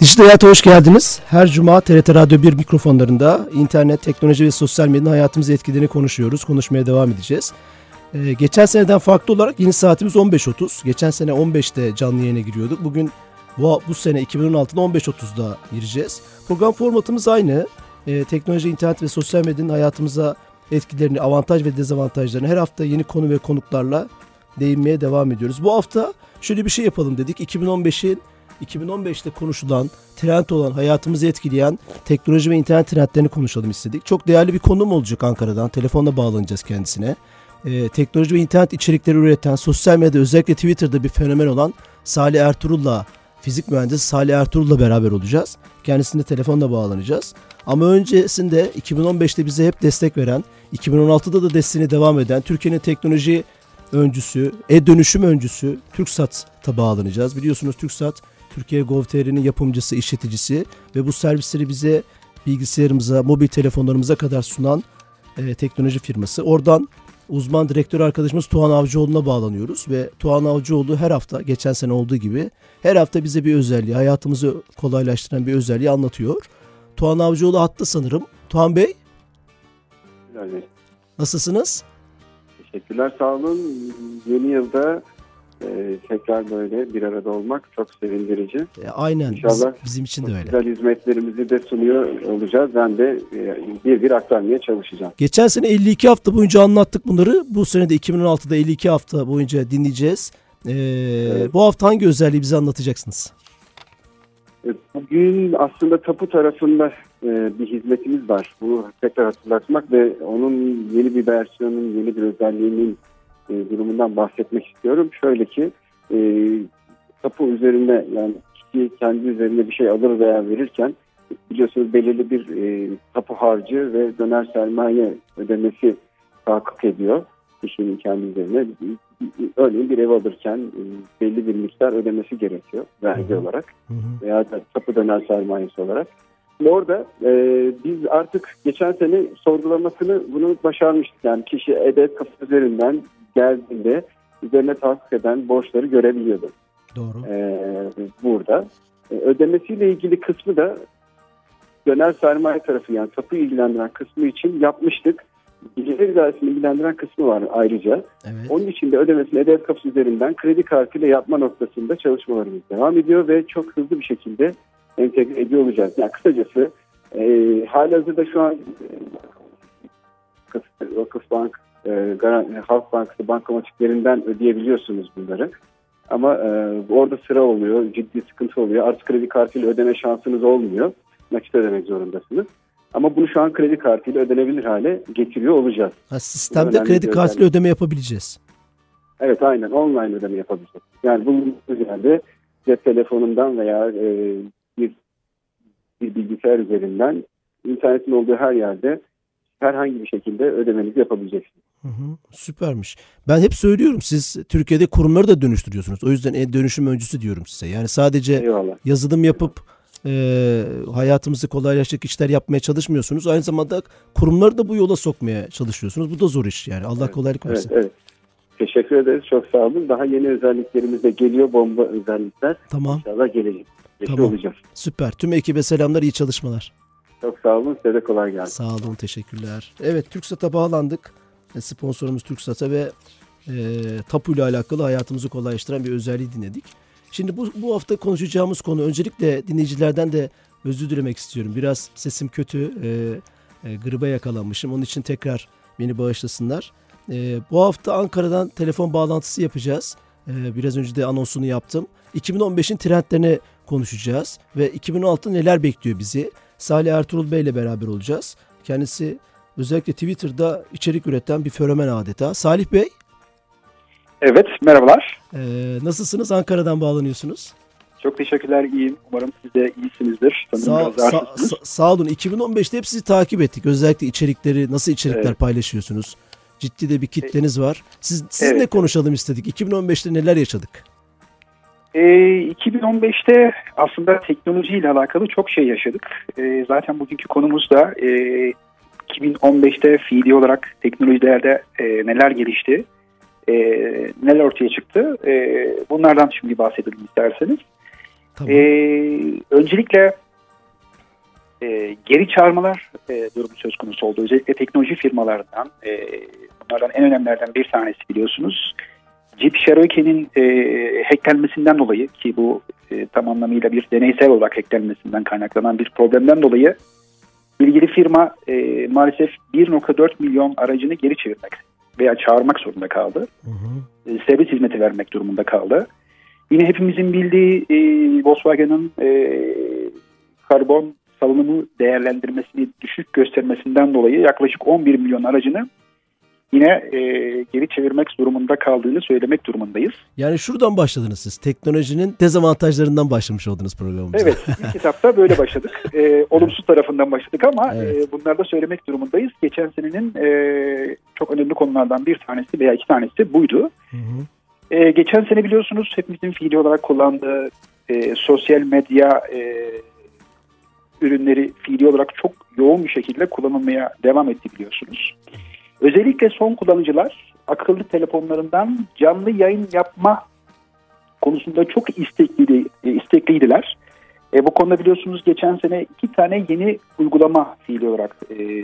Dijital Hayat'a hoş geldiniz. Her cuma TRT Radyo 1 mikrofonlarında internet, teknoloji ve sosyal medyanın hayatımızı etkilerini konuşuyoruz. Konuşmaya devam edeceğiz. Geçen seneden farklı olarak yeni saatimiz 15.30. Geçen sene 15'te canlı yayına giriyorduk. Bugün bu sene 2016'da 15.30'da gireceğiz. Program formatımız aynı. Teknoloji, internet ve sosyal medyanın hayatımıza etkilerini, avantaj ve dezavantajlarını her hafta yeni konu ve konuklarla değinmeye devam ediyoruz. Bu hafta şöyle bir şey yapalım dedik. 2015'te konuşulan, trend olan, hayatımızı etkileyen teknoloji ve internet trendlerini konuşalım istedik. Çok değerli bir konuğum olacak Ankara'dan. Telefonla bağlanacağız kendisine. Teknoloji ve internet içerikleri üreten, sosyal medyada özellikle Twitter'da bir fenomen olan Salih Ertuğrul'la, fizik mühendisi Salih Ertuğrul'la beraber olacağız. Kendisine telefonla bağlanacağız. Ama öncesinde 2015'te bize hep destek veren, 2016'da da desteğine devam eden Türkiye'nin teknoloji öncüsü, dönüşüm öncüsü TürkSat'a bağlanacağız. Biliyorsunuz TürkSat, Türkiye Gov.tr'nin yapımcısı, işleticisi ve bu servisleri bize bilgisayarımıza, mobil telefonlarımıza kadar sunan teknoloji firması. Oradan uzman direktör arkadaşımız Tuğhan Avcıoğlu'na bağlanıyoruz ve Tuğhan Avcıoğlu her hafta, geçen sene olduğu gibi her hafta bize bir özelliği, hayatımızı kolaylaştıran bir özelliği anlatıyor. Tuğhan Avcıoğlu hatta sanırım. Tuğhan Bey. Yani. Nasılsınız? Teşekkürler, sağ olun. Yeni yılda tekrar böyle bir arada olmak çok sevindirici. Aynen. İnşallah bizim için de öyle. Güzel hizmetlerimizi de sunuyor olacağız. Ben de bir aktarmaya çalışacağım. Geçen sene 52 hafta boyunca anlattık bunları. Bu sene de 2016'da 52 hafta boyunca dinleyeceğiz. Evet. Bu hafta hangi özelliği bize anlatacaksınız? Bugün aslında tapu tarafında bir hizmetimiz var. Bunu tekrar hatırlatmak ve onun yeni bir versiyonun, yeni bir özelliğinin durumundan bahsetmek istiyorum. Şöyle ki tapu üzerine, yani kişi kendi üzerine bir şey alır veya verirken biliyorsunuz belirli bir tapu harcı ve döner sermaye ödemesi tahakkuk ediyor kişinin kendi üzerine. Örneğin bir ev alırken belli bir miktar ödemesi gerekiyor vergi olarak veya da tapu döner sermayesi olarak. Orada biz artık geçen sene sorgulamasını bunu başarmıştık. Yani kişi E-Devlet kapısı üzerinden geldiğinde üzerine tahakkuk eden borçları görebiliyordu. Doğru. Burada. Ödemesiyle ilgili kısmı da döner sermaye tarafı, yani tapu ilgilendiren kısmı için yapmıştık. Gelir idaresini ilgilendiren kısmı var ayrıca. Evet. Onun için de ödemesini E-Devlet kapısı üzerinden kredi kartıyla yapma noktasında çalışmalarımız devam ediyor ve çok hızlı bir şekilde entegre ediyor olacağız. Yani kısacası halihazırda şu an Vakıfbank, Halk Bankası bankamatiklerinden ödeyebiliyorsunuz bunları. Ama orada sıra oluyor, ciddi sıkıntı oluyor. Artık kredi kartıyla ödeme şansınız olmuyor. Nakit ödemek zorundasınız. Ama bunu şu an kredi kartıyla ödenebilir hale getiriyor olacağız. Sistemde kredi kartıyla ödeme yapabileceğiz. Evet, aynen, online ödeme yapabileceğiz. Yani bulunduğunuz yerde cep telefonundan veya bir bilgisayar üzerinden internetin olduğu her yerde herhangi bir şekilde ödemenizi yapabileceksiniz. Süpermiş. Ben hep söylüyorum, siz Türkiye'de kurumları da dönüştürüyorsunuz. O yüzden dönüşüm öncüsü diyorum size. Yani sadece yazılım yapıp hayatımızı kolaylaştıracak işler yapmaya çalışmıyorsunuz. Aynı zamanda kurumları da bu yola sokmaya çalışıyorsunuz. Bu da zor iş yani. Allah kolaylık versin. Evet. Teşekkür ederiz. Çok sağ olun. Daha yeni özelliklerimiz de geliyor. Bomba özellikler. Tamam. İnşallah gelecek. Tamam. Olacağız. Süper. Tüm ekibe selamlar, iyi çalışmalar. Çok sağ olun. Size de kolay gelsin. Sağ olun. Teşekkürler. Evet, TürkSat'a bağlandık. Sponsorumuz TürkSat'a ve tapu ile alakalı hayatımızı kolaylaştıran bir özelliği dinledik. Şimdi bu hafta konuşacağımız konu, öncelikle dinleyicilerden de özür dilemek istiyorum. Biraz sesim kötü, gribe yakalanmışım. Onun için tekrar beni bağışlasınlar. Bu hafta Ankara'dan telefon bağlantısı yapacağız. Biraz önce de anonsunu yaptım. 2015'in trendlerini konuşacağız ve 2016'da neler bekliyor bizi. Salih Ertuğrul Bey ile beraber olacağız. Kendisi özellikle Twitter'da içerik üreten bir fenomen adeta. Salih Bey. Evet, merhabalar. Nasılsınız? Ankara'dan bağlanıyorsunuz. Çok teşekkürler, iyiyim. Umarım siz de iyisinizdir. Sağ olun. 2015'te hep sizi takip ettik. Özellikle içerikleri, nasıl içerikler paylaşıyorsunuz? Ciddi de bir kitleniz var. Sizinle konuşalım istedik. 2015'te neler yaşadık? 2015'te aslında teknolojiyle alakalı çok şey yaşadık. Zaten bugünkü konumuz da 2015'te fiili olarak teknolojilerde neler gelişti, neler ortaya çıktı. Bunlardan şimdi bahsedelim isterseniz. Tamam. Öncelikle geri çağırmalar durumu söz konusu oldu. Özellikle teknoloji firmalarından, bunlardan en önemlilerden bir tanesi biliyorsunuz. Jeep Cherokee'nin hacklenmesinden dolayı, ki bu tam anlamıyla bir deneysel olarak hacklenmesinden kaynaklanan bir problemden dolayı ilgili firma maalesef 1.4 milyon aracını geri çevirmek veya çağırmak zorunda kaldı. Servis hizmeti vermek durumunda kaldı. Yine hepimizin bildiği Volkswagen'ın karbon salınımı değerlendirmesini düşük göstermesinden dolayı yaklaşık 11 milyon aracını yine geri çevirmek durumunda kaldığını söylemek durumundayız. Yani şuradan başladınız siz. Teknolojinin dezavantajlarından başlamış oldunuz programımıza. Evet, ilk etapta böyle başladık. Olumsuz tarafından başladık ama evet, bunları da söylemek durumundayız. Geçen senenin çok önemli konulardan bir tanesi veya iki tanesi buydu. Geçen sene biliyorsunuz hepimizin fiili olarak kullandığı sosyal medya ürünleri fiili olarak çok yoğun bir şekilde kullanılmaya devam etti biliyorsunuz. Özellikle son kullanıcılar akıllı telefonlarından canlı yayın yapma konusunda çok istekliydiler. Bu konuda biliyorsunuz geçen sene 2 tane yeni uygulama fiili olarak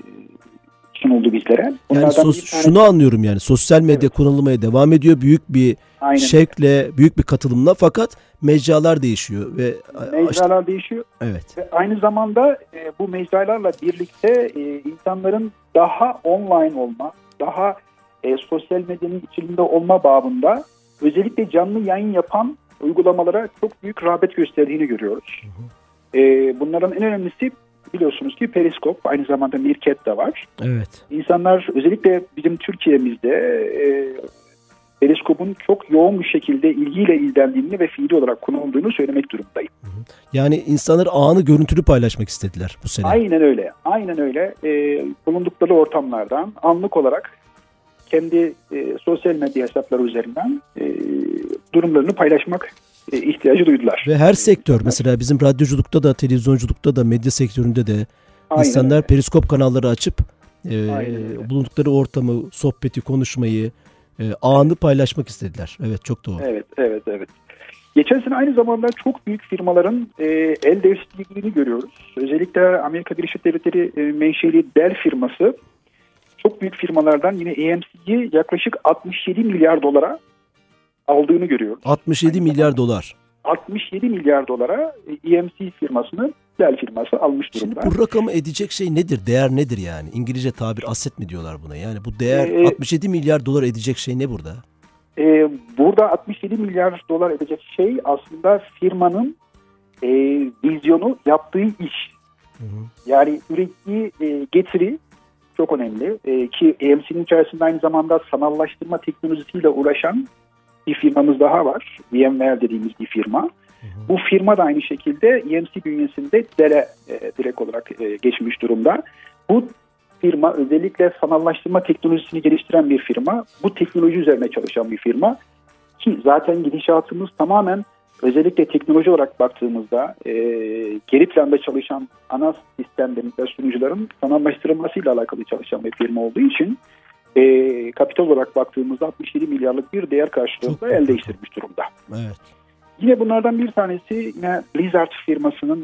sunuldu bizlere. Yani şunu anlıyorum, yani sosyal medya kullanılmaya devam ediyor büyük bir şevkle, büyük bir katılımla, fakat mecralar değişiyor ve mecralar değişiyor. Evet. Ve aynı zamanda bu mecralarla birlikte insanların daha online olma, daha sosyal medyanın içinde olma babında özellikle canlı yayın yapan uygulamalara çok büyük rağbet gösterdiğini görüyoruz. Bunların en önemlisi biliyorsunuz ki Periskop, aynı zamanda Meerkat da var. Evet. İnsanlar özellikle bizim Türkiye'mizde Periskop'un çok yoğun bir şekilde ilgiyle izlendiğini ve fiili olarak kullanıldığını söylemek durumundayım. Yani insanlar anı görüntülü paylaşmak istediler bu sene. Aynen öyle. Aynen öyle. Bulundukları ortamlardan anlık olarak kendi sosyal medya hesapları üzerinden durumlarını paylaşmak ihtiyacı duydular. Ve her sektör, mesela bizim radyoculukta da, televizyonculukta da, medya sektöründe de insanlar Periskop kanalları açıp bulundukları ortamı, sohbeti, konuşmayı, anı paylaşmak istediler. Evet, çok doğru. Evet. Geçen sene aynı zamanda çok büyük firmaların el değiştirdiğini görüyoruz. Özellikle Amerika Birleşik Devletleri menşeli Dell firması çok büyük firmalardan yine EMC'yi yaklaşık 67 milyar dolara aldığını görüyoruz. 67 milyar dolar. 67 milyar dolara EMC firmasını Dell firması almış durumda. Şimdi bu rakamı edecek şey nedir? Değer nedir yani? İngilizce tabir asset mi diyorlar buna? Yani bu değer 67 milyar dolar edecek şey ne burada? Burada 67 milyar dolar edecek şey aslında firmanın vizyonu, yaptığı iş. Yani ürettiği getiri çok önemli. Ki EMC'nin içerisinde aynı zamanda sanallaştırma teknolojisiyle uğraşan bir firmamız daha var. VMware dediğimiz bir firma. Bu firma da aynı şekilde EMC bünyesinde Dell'e direkt olarak geçmiş durumda. Bu firma özellikle sanallaştırma teknolojisini geliştiren bir firma. Bu teknoloji üzerine çalışan bir firma. Ki zaten gidişatımız tamamen özellikle teknoloji olarak baktığımızda geri planda çalışan ana sistemlerin ve sunucuların sanallaştırılmasıyla alakalı çalışan bir firma olduğu için kapital olarak baktığımızda 67 milyarlık bir değer karşılığında el değiştirmiş durumda. Evet. Yine bunlardan bir tanesi yine Blizzard firmasının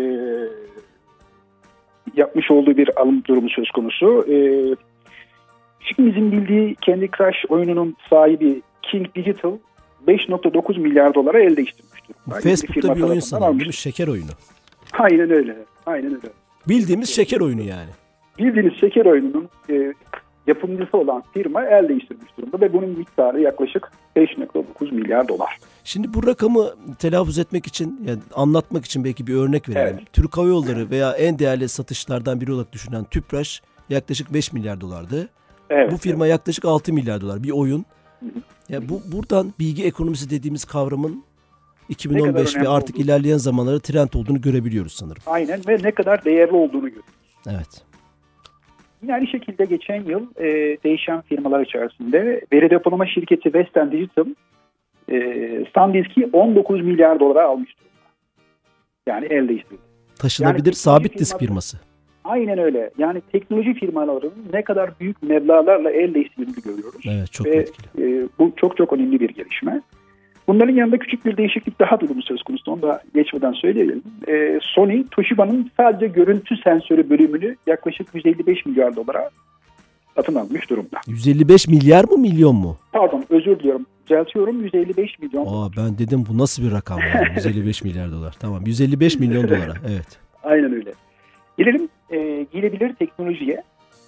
yapmış olduğu bir alım durumu söz konusu. Hepimizin bildiği Candy Crush oyununun sahibi King Digital 5.9 milyar dolara el değiştirmiş durumda. Facebook'ta bir oyun sanırım, değil mi? Şeker oyunu. Aynen öyle. Bildiğimiz şeker oyunu yani. Bildiğiniz şeker oyununun yapımcısı olan firma el değiştirmiş durumda ve bunun miktarı yaklaşık 5.9 milyar dolar. Şimdi bu rakamı telaffuz etmek için, yani anlatmak için belki bir örnek verelim. Evet. Türk Hava Yolları veya en değerli satışlardan biri olarak düşünen Tüpraş yaklaşık 5 milyar dolardı. Evet, bu firma yaklaşık 6 milyar dolar bir oyun. Yani buradan bilgi ekonomisi dediğimiz kavramın 2015 ve artık ilerleyen zamanlarda trend olduğunu görebiliyoruz sanırım. Aynen, ve ne kadar değerli olduğunu görüyoruz. Evet. Yine aynı şekilde geçen yıl değişen firmalar içerisinde veri depolama şirketi Western Digital SanDisk'i 19 milyar dolara almış durumda. Yani el değiştirdi. Taşınabilir yani sabit disk firması. Aynen öyle. Yani teknoloji firmalarının ne kadar büyük meblağlarla el değiştirdiğini görüyoruz. Evet, çok ve etkili. Bu çok önemli bir gelişme. Bunların yanında küçük bir değişiklik daha durumu söz konusu. Onu da geçmeden söyleyelim. Sony, Toshiba'nın sadece görüntü sensörü bölümünü yaklaşık 155 milyar dolara satın almış durumda. 155 milyar mı milyon mu? Pardon, özür diliyorum. Düzeltiyorum, 155 milyon. Ben dedim bu nasıl bir rakam yani? 155 milyar dolar. Tamam, 155 milyon dolara. Evet. Aynen öyle. Gelelim giyilebilir teknolojiye.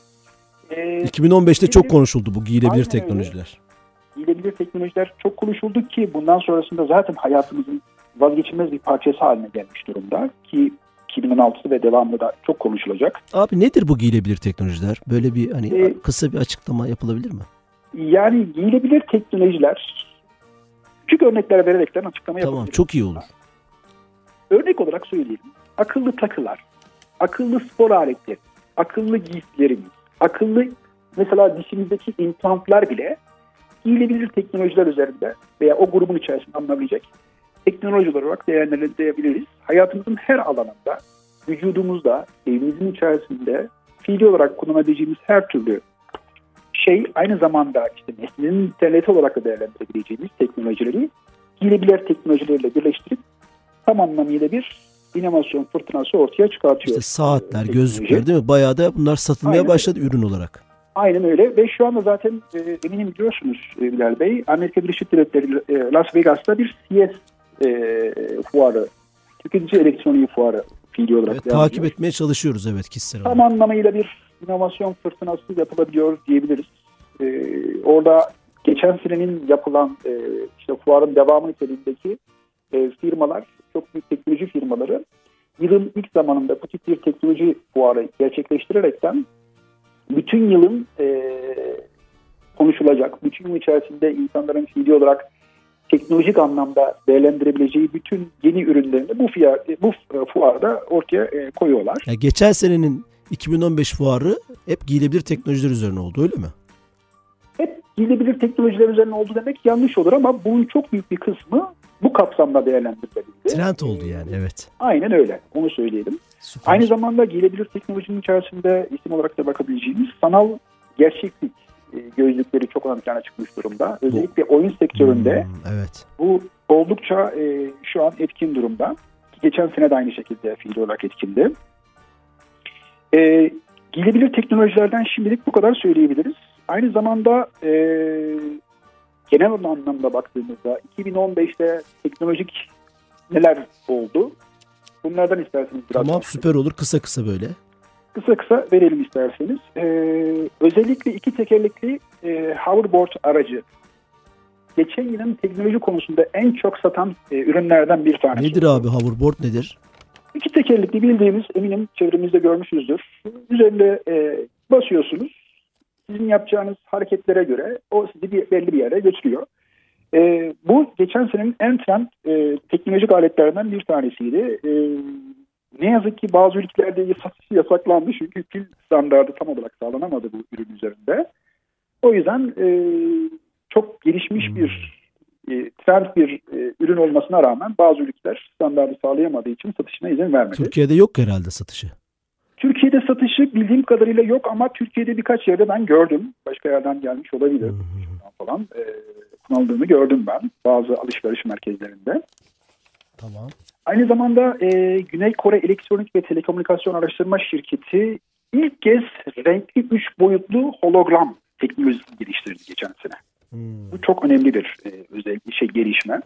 2015'te çok konuşuldu bu giyilebilir Aynen teknolojiler. Öyle. Giyilebilir teknolojiler çok konuşuldu ki bundan sonrasında zaten hayatımızın vazgeçilmez bir parçası haline gelmiş durumda ki 2016'sı ve devamlı da çok konuşulacak. Abi nedir bu giyilebilir teknolojiler? Böyle bir kısa bir açıklama yapılabilir mi? Yani giyilebilir teknolojiler küçük örnekler vererekten açıklama yapabilirim. Tamam, çok iyi olur. Örnek olarak söyleyelim. Akıllı takılar, akıllı spor aletleri, akıllı giysilerimiz, akıllı mesela dişimizdeki implantlar bile giyilebilir teknolojiler üzerinde veya o grubun içerisinde alınabilecek teknolojiler olarak değerlendirebiliriz. Hayatımızın her alanında, vücudumuzda, evimizin içerisinde fiili olarak kullanabileceğimiz her türlü şey aynı zamanda işte nesnenin interneti olarak da değerlendirebileceğimiz teknolojileri giyilebilir teknolojilerle birleştirip tam anlamıyla bir inovasyon fırtınası ortaya çıkartıyor. İşte saatler, gözlükler değil mi? Bayağı da bunlar satılmaya başladı ürün olarak. Aynen öyle ve şu anda zaten eminim biliyorsunuz Bilal Bey, Amerika Birleşik Devletleri Las Vegas'ta bir CES fuarı, tüketici elektroniği fuarı fiili olarak takip etmeye çalışıyoruz kişisel olarak. Tam anlamıyla bir inovasyon fırtınası yapılabiliyor diyebiliriz. Orada geçen senenin yapılan işte fuarın devamı niteliğindeki firmalar, çok büyük teknoloji firmaları yılın ilk zamanında bu tip bir teknoloji fuarı gerçekleştirerekten bütün yılın konuşulacak, bütün yıl içerisinde insanların fiili olarak teknolojik anlamda değerlendirebileceği bütün yeni ürünlerini bu fuarda ortaya koyuyorlar. Yani geçen senenin 2015 fuarı hep giyilebilir teknolojiler üzerine oldu, öyle mi? Hep giyilebilir teknolojiler üzerine oldu demek yanlış olur ama bunun çok büyük bir kısmı bu kapsamda değerlendirilebildi. Trend oldu yani, evet. Aynen öyle, onu söyleyelim. Süper. Aynı zamanda giyilebilir teknolojinin içerisinde isim olarak da bakabileceğimiz sanal gerçeklik gözlükleri çok ön plana çıkmış durumda. Özellikle oyun sektöründe evet. Bu oldukça şu an etkin durumda. Geçen sene de aynı şekilde fiili olarak etkindi. Giyilebilir teknolojilerden şimdilik bu kadar söyleyebiliriz. Aynı zamanda genel anlamda baktığımızda 2015'te teknolojik neler oldu? Bunlardan isterseniz biraz. Tamam, süper olur. Kısa böyle. Kısa verelim isterseniz. Özellikle iki tekerlekli hoverboard aracı. Geçen yılın teknoloji konusunda en çok satan ürünlerden bir tanesi. Nedir abi, hoverboard nedir? İki tekerlekli bildiğimiz, eminim çevremizde görmüşsünüzdür. Üzerinde basıyorsunuz. Sizin yapacağınız hareketlere göre o sizi belli bir yere götürüyor. Bu geçen senenin en trend teknolojik aletlerden bir tanesiydi. Ne yazık ki bazı ülkelerde satışı yasaklandı çünkü pil standardı tam olarak sağlanamadı bu ürün üzerinde. O yüzden çok gelişmiş bir trend bir ürün olmasına rağmen bazı ülkeler standardı sağlayamadığı için satışına izin vermedi. Türkiye'de yok herhalde satışı. Türkiye'de satışı bildiğim kadarıyla yok ama Türkiye'de birkaç yerde ben gördüm. Başka yerden gelmiş olabilir falan. Kullanıldığını gördüm ben bazı alışveriş merkezlerinde. Tamam. Aynı zamanda Güney Kore Elektronik ve Telekomünikasyon Araştırma Şirketi ilk kez renkli 3 boyutlu hologram teknolojisini geliştirdi geçen sene. Bu çok önemli bir gelişme.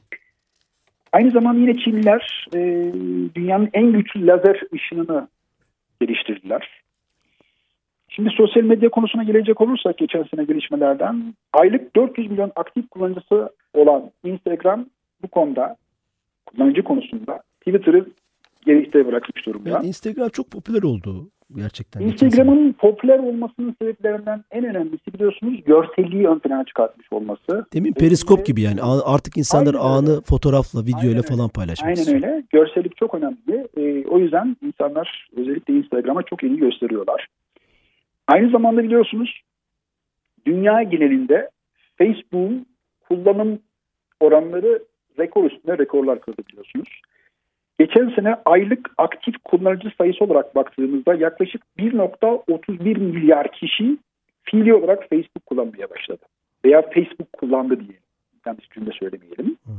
Aynı zamanda yine Çinliler dünyanın en güçlü lazer ışınını geliştirdiler. Şimdi sosyal medya konusuna gelecek olursak geçen sene gelişmelerden aylık 400 milyon aktif kullanıcısı olan Instagram bu konuda kullanıcı konusunda Twitter'ı geride bırakmış durumda. Evet, Instagram çok popüler oldu gerçekten. Instagram'ın popüler olmasının sebeplerinden en önemlisi biliyorsunuz görselliği ön plana çıkartmış olması. Demin periskop gibi yani artık insanlar anı fotoğrafla, videoyla falan paylaşmak istiyor. Aynen öyle. Görsellik çok önemli. O yüzden insanlar özellikle Instagram'a çok ilgi gösteriyorlar. Aynı zamanda biliyorsunuz dünya genelinde Facebook'un kullanım oranları rekor üstünde rekorlar kırdı biliyorsunuz. Geçen sene aylık aktif kullanıcı sayısı olarak baktığımızda yaklaşık 1.31 milyar kişi fiili olarak Facebook kullanmaya başladı. Veya Facebook kullandı diye. Yanlış cümle söylemeyelim.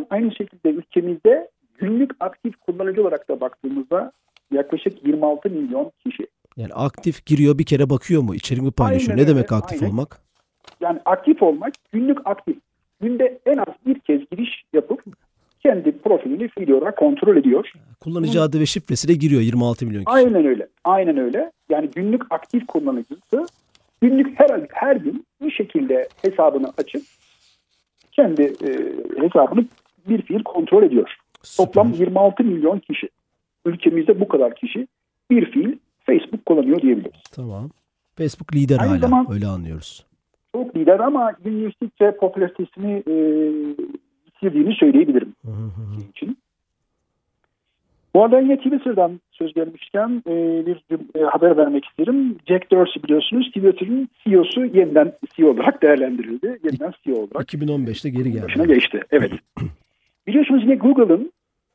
aynı şekilde ülkemizde günlük aktif kullanıcı olarak da baktığımızda yaklaşık 26 milyon kişi. Yani aktif giriyor, bir kere bakıyor mu? İçerik mi paylaşıyor? Aynen Ne demek öyle, aktif aynen. olmak? Yani aktif olmak, günlük aktif. Günde en az bir kez giriş yapıp kendi profilini fiil olarak kontrol ediyor. Kullanıcı adı ve şifresiyle giriyor 26 milyon kişi. Aynen öyle. Aynen öyle. Yani günlük aktif kullanıcısı günlük her gün bir şekilde hesabını açıp kendi hesabını bir fiil kontrol ediyor. Süper. Toplam 26 milyon kişi. Ülkemizde bu kadar kişi bir fiil Facebook kullanıyor diyebiliriz. Tamam. Facebook lider Aynı hala. zaman- Öyle anlıyoruz. Çok lider ama gün geçtikçe popülaritesini yitirdiğini söyleyebilirim için. Bu arada yine Twitter'dan söz gelmişken bir haber vermek isterim. Jack Dorsey biliyorsunuz Twitter'ın CEO'su yeniden CEO olarak değerlendirildi. Yeniden CEO olarak 2015'te geri başına geldi. geçti. Evet. Biliyorsunuz yine Google'ın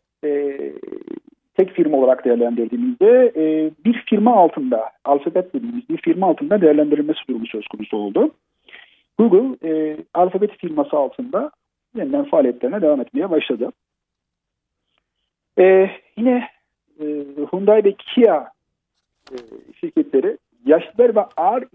tek firma olarak değerlendirdiğimizde bir firma altında, Alphabet dediğimiz bir firma altında değerlendirilmesi durumu söz konusu oldu. Google Alphabet firması altında yeniden faaliyetlerine devam etmeye başladı. Yine Hyundai ve Kia şirketleri yaşlılar ve ağır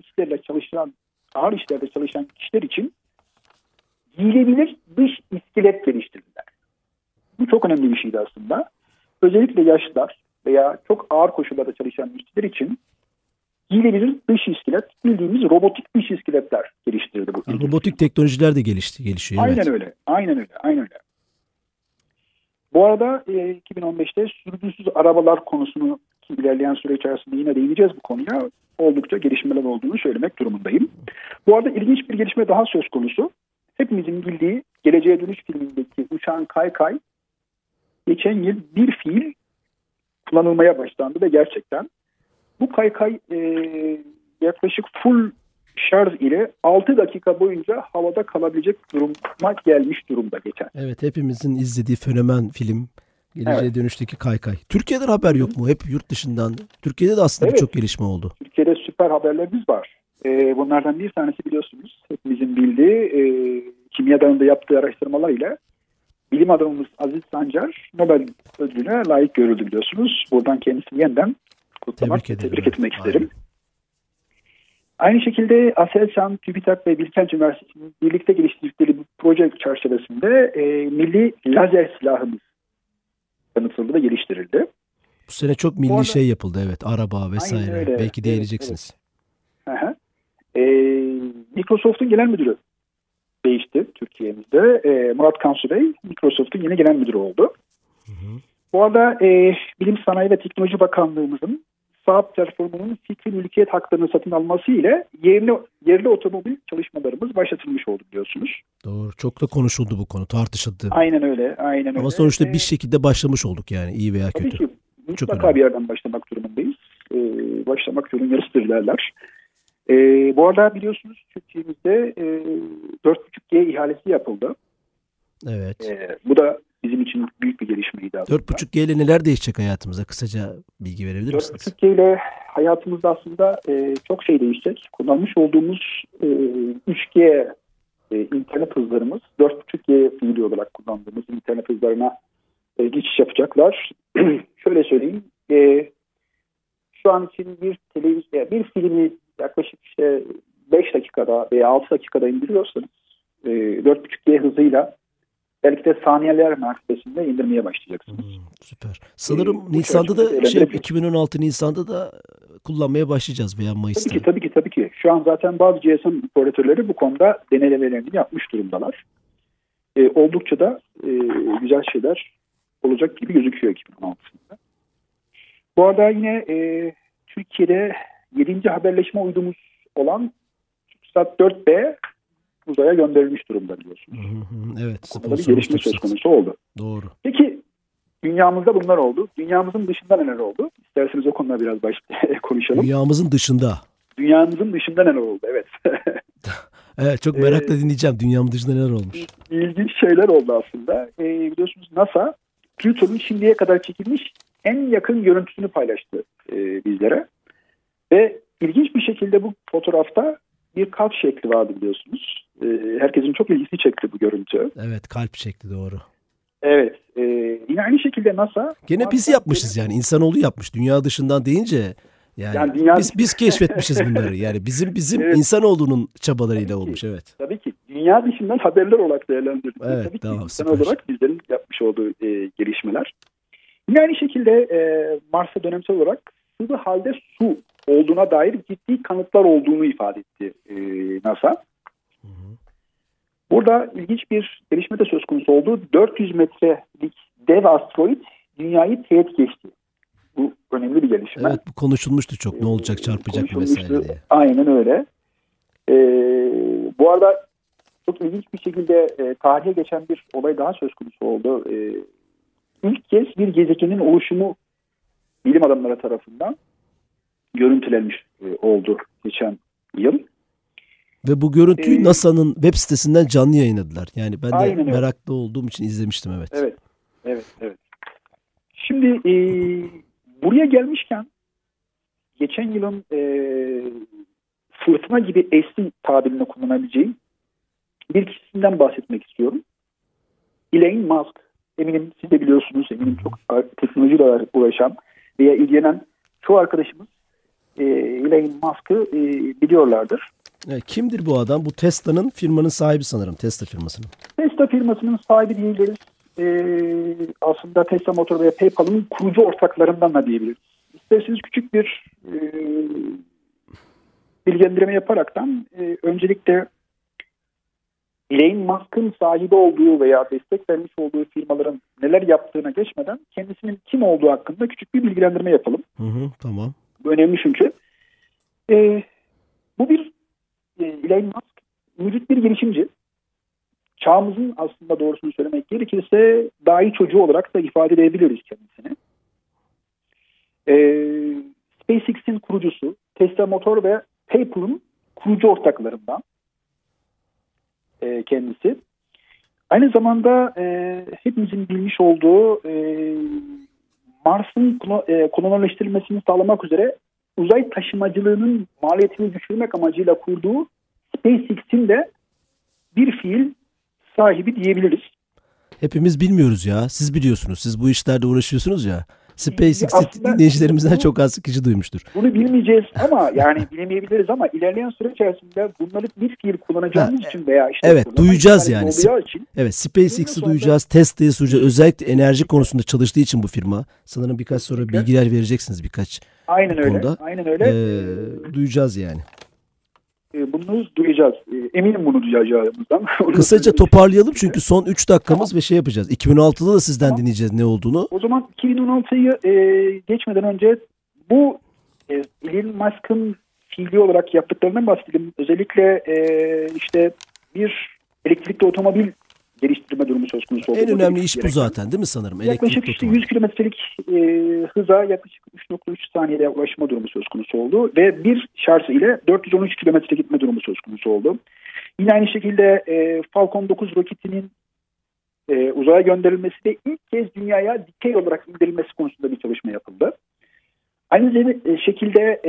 işlerde çalışan kişiler için giyilebilir dış iskelet geliştirdiler. Bu çok önemli bir şeydi aslında. Özellikle yaşlılar veya çok ağır koşullarda çalışan işçiler için giyilebilir dış iskelet, bildiğimiz robotik dış iskeletler geliştirdi bu. Robotik teknolojiler de gelişiyor. Aynen Evet. öyle. Aynen öyle. Bu arada 2015'te sürücüsüz arabalar konusunu ki ilerleyen süre içerisinde yine değineceğiz bu konuya. Oldukça gelişmeler olduğunu söylemek durumundayım. Bu arada ilginç bir gelişme daha söz konusu. Hepimizin bildiği Geleceğe Dönüş filmindeki uçağın kaykay geçen yıl bir fiil kullanılmaya başlandı ve gerçekten bu kaykay yaklaşık full şarj ile 6 dakika boyunca havada kalabilecek duruma gelmiş durumda geçen. Evet, hepimizin izlediği fenomen film Geleceğe Evet. Dönüş'teki kaykay. Türkiye'den haber yok mu? Hep yurt dışından. Türkiye'de de aslında Evet. birçok gelişme oldu. Türkiye'de süper haberlerimiz var. Bunlardan bir tanesi biliyorsunuz hepimizin bildiği kimya dalında yaptığı araştırmalar ile bilim adamımız Aziz Sancar Nobel ödülüne layık görüldü biliyorsunuz. Buradan kendisini yeniden kutlamak, tebrik etmek isterim. Aynı şekilde Aselsan, TÜBİTAK ve Bilkent Üniversitesi'nin birlikte geliştirdikleri bu proje çerçevesinde milli lazer silahımız tanıtıldı ve geliştirildi. Bu sene çok milli arada- şey yapıldı, evet. Araba vesaire. Aynen öyle. Belki değineceksiniz. Aha. Microsoft'un genel müdürü değişti Türkiye'mizde. Murat Kansu Bey Microsoft'un yeni genel müdürü oldu. Bu arada Bilim Sanayi ve Teknoloji Bakanlığımızın Saab platformunun fikri mülkiyet haklarını satın alması ile yerli otomobil çalışmalarımız başlatılmış oldu biliyorsunuz. Doğru. Çok da konuşuldu bu konu. Tartışıldı. Aynen öyle. Ama sonuçta bir şekilde başlamış olduk yani. İyi veya Tabii kötü. ki Çok mutlaka önemli. bir yerden başlamak durumundayız. Başlamak yolun yarısıdır derler. Bu arada biliyorsunuz Türkiye'mizde 4.5G ihalesi yapıldı. Evet. Bu da bizim için büyük bir gelişmeydi aslında. 4.5G ile neler değişecek hayatımıza? Kısaca bilgi verebilir misiniz? 4.5G ile hayatımızda aslında çok şey değişecek. Kullanmış olduğumuz 3G internet hızlarımız 4.5G fiili olarak kullandığımız internet hızlarına geçiş yapacaklar. Şöyle söyleyeyim. Şu an için bir filmi yaklaşık işte 5 dakikada veya 6 dakikada indiriyorsanız 4.5G hızıyla belki de saniyeler mertebesinde indirmeye başlayacaksınız. Süper. Sanırım bu Nisan'da da çerçevede 2016 Nisan'da da kullanmaya başlayacağız veya Mayıs'ta. Tabii ki. Şu an zaten bazı GSM operatörleri bu konuda denemelerini yapmış durumdalar. Oldukça da güzel şeyler olacak gibi gözüküyor 2016'da. Bu arada yine Türkiye'de 7. haberleşme uydumuz olan TürkSat 4B uzaya gönderilmiş durumda biliyorsunuz. Evet. Burada bir gelişme söz konusu oldu. Doğru. Peki dünyamızda bunlar oldu. Dünyamızın dışında neler oldu? İsterseniz o konuda biraz konuşalım. Dünyamızın dışında. Dünyamızın dışında neler oldu? Evet. Evet, çok merakla dinleyeceğim. Dünyamın dışında neler olmuş? İlginç şeyler oldu aslında. Biliyorsunuz NASA Plüton'un şimdiye kadar çekilmiş en yakın görüntüsünü paylaştı bizlere. Ve ilginç bir şekilde bu fotoğrafta bir kalp şekli vardı biliyorsunuz. Herkesin çok ilgisini çekti bu görüntü. Evet, kalp şekli doğru. Evet. Yine aynı şekilde NASA... Gene biz yapmışız yani. İnsanoğlu yapmış. Dünya dışından deyince yani biz keşfetmişiz bunları. Yani bizim evet. İnsanoğlunun çabalarıyla olmuş. Evet. Tabii ki. Dünya dışından haberler olarak değerlendirdik. Evet, tabii tamam, ki insan olarak bizlerin yapmış olduğu gelişmeler. Yine aynı şekilde Mars'a dönemsel olarak sıvı halde su olduğuna dair ciddi kanıtlar olduğunu ifade etti NASA. Burada ilginç bir gelişme de söz konusu oldu. 400 metrelik dev asteroid dünyayı teğet geçti. Bu önemli bir gelişme. Evet, bu konuşulmuştu çok. Ne olacak, çarpacak mı vesaire diye. Aynen öyle. Bu arada çok ilginç bir şekilde tarihe geçen bir olay daha söz konusu oldu. İlk kez bir gezegenin oluşumu bilim adamları tarafından görüntülenmiş oldu geçen yıl. Ve bu görüntüyü NASA'nın web sitesinden canlı yayınladılar. Yani ben de meraklı olduğum için izlemiştim. Evet. Şimdi buraya gelmişken geçen yılın fırtına gibi esti tabirini kullanabileceğim bir kişisinden bahsetmek istiyorum. Elon Musk. Eminim siz de biliyorsunuz. Eminim çok teknolojiyle uğraşan veya ilgilenen çoğu arkadaşımız Elon Musk'ı biliyorlardır. Kimdir bu adam? Bu Tesla'nın firmanın sahibi sanırım. Tesla firmasının. Tesla firmasının sahibi diyebiliriz. Aslında Tesla Motor ve PayPal'ın kurucu ortaklarından da diyebiliriz. İsterseniz küçük bir bilgilendirme yaparaktan öncelikle Elon Musk'ın sahibi olduğu veya destek vermiş olduğu firmaların neler yaptığına geçmeden kendisinin kim olduğu hakkında küçük bir bilgilendirme yapalım. Tamam. Bu önemli çünkü. Bu bir Elon Musk mürit bir girişimci. Çağımızın aslında doğrusunu söylemek gerekirse dahi çocuğu olarak da ifade edebiliriz kendisini. SpaceX'in kurucusu, Tesla Motor ve PayPal'ın kurucu ortaklarından kendisi. Aynı zamanda hepimizin bilmiş olduğu Mars'ın kolonileştirilmesini sağlamak üzere uzay taşımacılığının maliyetini düşürmek amacıyla kurduğu SpaceX'in de bir fiil sahibi diyebiliriz. Hepimiz bilmiyoruz ya. Siz biliyorsunuz. Siz bu işlerde uğraşıyorsunuz ya. SpaceX'i dinleyicilerimizden çok az kişi duymuştur. Bunu bilmeyeceğiz ama yani bilemeyebiliriz ama ilerleyen süre içerisinde bunları bir fiil kullanacağımız için veya işte duyacağız yani. Evet, SpaceX'i duyacağız, Tesla'yı duyacağız. Özellikle enerji konusunda çalıştığı için bu firma. Sanırım birkaç sonra bilgiler vereceksiniz birkaç konuda. Aynen öyle. Duyacağız yani. Bunu duyacağız. Eminim bunu duyacağımızdan. Kısaca toparlayalım çünkü son 3 dakikamız ve yapacağız. 2016'da da sizden dinleyeceğiz ne olduğunu. O zaman 2016'yı geçmeden önce bu Elon Musk'ın fiili olarak yaptıklarından bahsedelim. Özellikle işte bir elektrikli otomobil geliştirme durumu söz konusu oldu. En önemli iş bu zaten değil mi sanırım? Yaklaşık işte 100 kilometrelik hıza yaklaşık 3.3 saniyede ulaşma durumu söz konusu oldu. Ve bir şarj ile 413 kilometre gitme durumu söz konusu oldu. Yine aynı şekilde Falcon 9 roketinin uzaya gönderilmesi de ilk kez dünyaya dikey olarak indirilmesi konusunda bir çalışma yapıldı. Aynı şekilde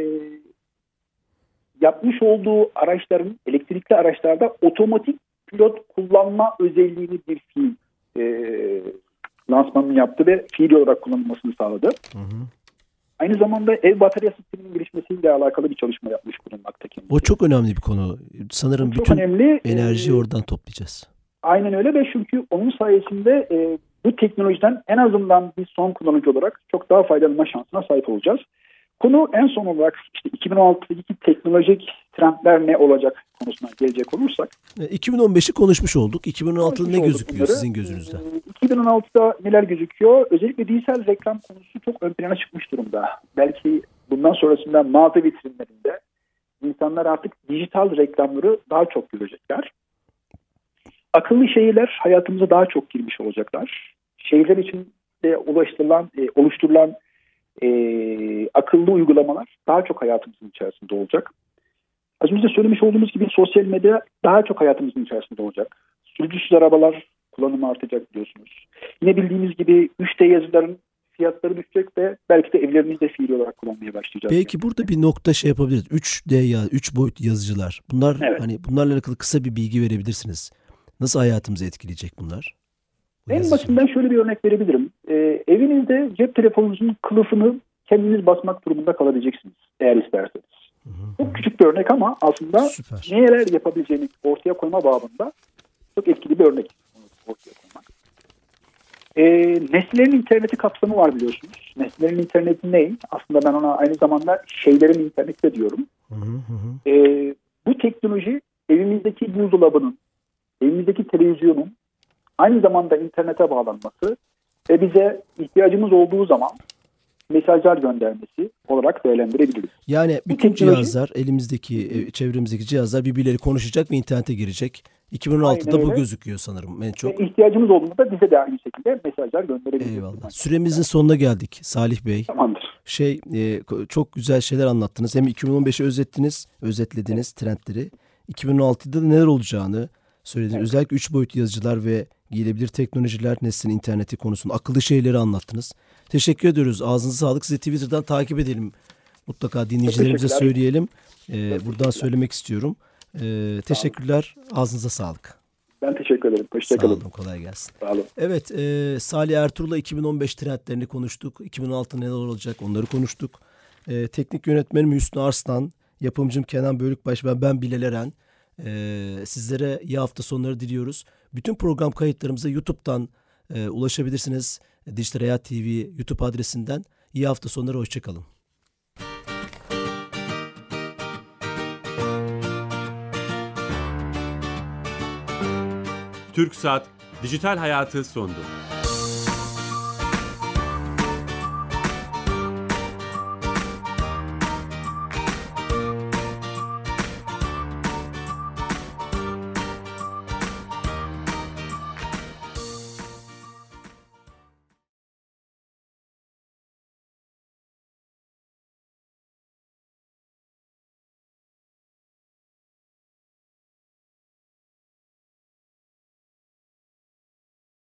yapmış olduğu araçların, elektrikli araçlarda otomatik pilot kullanma özelliğini bir fiil lansmanını yaptı ve fiil olarak kullanılmasını sağladı. Aynı zamanda ev batarya sisteminin gelişmesiyle alakalı bir çalışma yapmış bulunmakta kendisi. O çok önemli bir konu. Sanırım bütün enerjiyi oradan toplayacağız. Aynen öyle ve çünkü onun sayesinde bu teknolojiden en azından bir son kullanıcı olarak çok daha faydalanma şansına sahip olacağız. Konu en son olarak işte 2016'daki teknolojik trendler ne olacak konusuna gelecek olursak. 2015'i konuşmuş olduk. 2016'da ne gözüküyor sizin gözünüzde? 2016'da neler gözüküyor? Özellikle dijital reklam konusu çok ön plana çıkmış durumda. Belki bundan sonrasında mağaza vitrinlerinde insanlar artık dijital reklamları daha çok görecekler. Akıllı şehirler hayatımıza daha çok girmiş olacaklar. Şehirler için de oluşturulan akıllı uygulamalar daha çok hayatımızın içerisinde olacak. Az önce söylemiş olduğumuz gibi sosyal medya daha çok hayatımızın içerisinde olacak. Sürücüsüz arabalar kullanımı artacak biliyorsunuz. Yine bildiğimiz gibi 3D yazıların fiyatları düşecek ve belki de evlerimizde fiil olarak kullanmaya başlayacağız. Belki burada bir nokta yapabiliriz. 3D ya 3 boyut yazıcılar. Bunlar hani bunlarla alakalı kısa bir bilgi verebilirsiniz. Nasıl hayatımızı etkileyecek bunlar? En basitinden şöyle bir örnek verebilirim. Evinizde cep telefonunuzun kılıfını kendiniz basmak durumunda kalabileceksiniz eğer isterseniz. Çok küçük bir örnek ama aslında Süper. neler yapabileceğini ortaya koyma babında çok etkili bir örnek ortaya koymak. Nesnelerin interneti kapsamı var biliyorsunuz. Nesnelerin interneti ne? Aslında ben ona aynı zamanda şeylerin interneti de diyorum. Bu teknoloji evimizdeki buzdolabının, evimizdeki televizyonun aynı zamanda internete bağlanması ve bize ihtiyacımız olduğu zaman mesajlar göndermesi olarak değerlendirebiliriz. Yani bütün cihazlar, elimizdeki, çevremizdeki cihazlar birbirleri konuşacak ve internete girecek. 2016'da bu gözüküyor sanırım en çok. Ve ihtiyacımız olduğunda bize de aynı şekilde mesajlar gönderebiliriz. Eyvallah. Süremizin sonuna geldik Salih Bey. Tamamdır. Çok güzel şeyler anlattınız. Hem 2015'i özetlediniz trendleri. 2016'da da neler olacağını söylediniz. Evet. Özellikle 3 boyutlu yazıcılar ve giyilebilir teknolojiler, nesnenin interneti konusunda akıllı şeyleri anlattınız. Teşekkür ediyoruz. Ağzınıza sağlık. Sizi Twitter'dan takip edelim. Mutlaka dinleyicilerimize söyleyelim. Buradan söylemek istiyorum. Teşekkürler. Ağzınıza sağlık. Ben teşekkür ederim. Hoşçakalın. Sağ olun. Kolay gelsin. Sağ olun. Evet. Salih Ertuğrul'la 2015 trendlerini konuştuk. 2016 neler olacak onları konuştuk. Teknik yönetmenim Hüsnü Arslan, yapımcım Kenan Bölükbaş ve ben Bilal Eren. Sizlere iyi hafta sonları diliyoruz. Bütün program kayıtlarımıza YouTube'dan ulaşabilirsiniz. Dijital Hayat TV YouTube adresinden. İyi hafta sonları. Hoşçakalın. TürkSat Dijital Hayatı sondu.